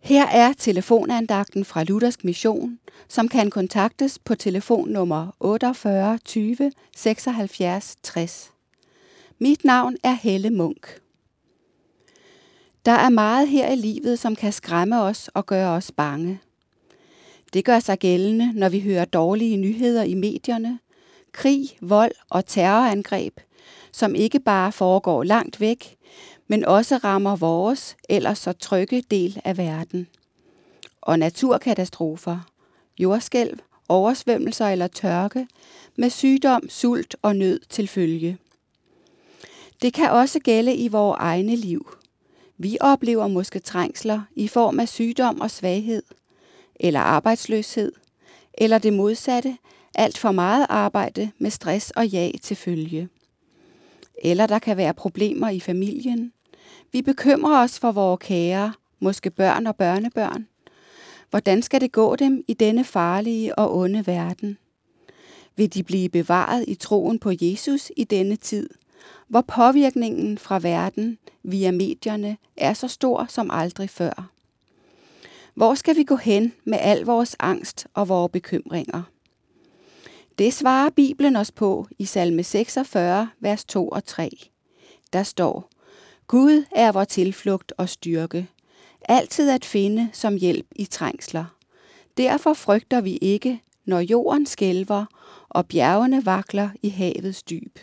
Her er telefonandagten fra Luthersk Mission, som kan kontaktes på telefonnummer 48 20 76 60. Mit navn er Helle Munk. Der er meget her i livet, som kan skræmme os og gøre os bange. Det gør sig gældende, når vi hører dårlige nyheder i medierne, krig, vold og terrorangreb, som ikke bare foregår langt væk, men også rammer vores ellers så trygge del af verden. Og naturkatastrofer, jordskælv, oversvømmelser eller tørke, med sygdom, sult og nød til følge. Det kan også gælde i vores egne liv. Vi oplever måske trængsler i form af sygdom og svaghed, eller arbejdsløshed, eller det modsatte, alt for meget arbejde med stress og jag til følge. Eller der kan være problemer i familien. Vi bekymrer os for vores kære, måske børn og børnebørn. Hvordan skal det gå dem i denne farlige og onde verden? Vil de blive bevaret i troen på Jesus i denne tid, hvor påvirkningen fra verden via medierne er så stor som aldrig før? Hvor skal vi gå hen med al vores angst og vores bekymringer? Det svarer Bibelen os på i salme 46, vers 2 og 3. Der står: Gud er vor tilflugt og styrke, altid at finde som hjælp i trængsler. Derfor frygter vi ikke, når jorden skælver og bjergene vakler i havets dyb.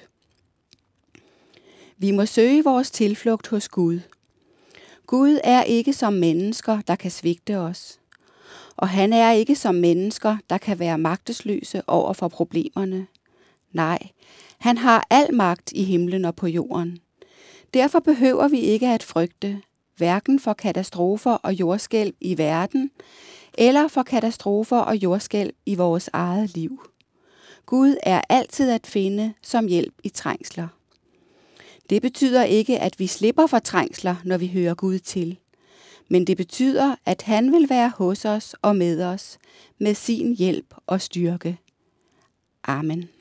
Vi må søge vores tilflugt hos Gud. Gud er ikke som mennesker, der kan svigte os. Og han er ikke som mennesker, der kan være magtesløse over for problemerne. Nej, han har al magt i himlen og på jorden. Derfor behøver vi ikke at frygte, hverken for katastrofer og jordskælv i verden, eller for katastrofer og jordskælv i vores eget liv. Gud er altid at finde som hjælp i trængsler. Det betyder ikke, at vi slipper for trængsler, når vi hører Gud til. Men det betyder, at han vil være hos os og med os, med sin hjælp og styrke. Amen.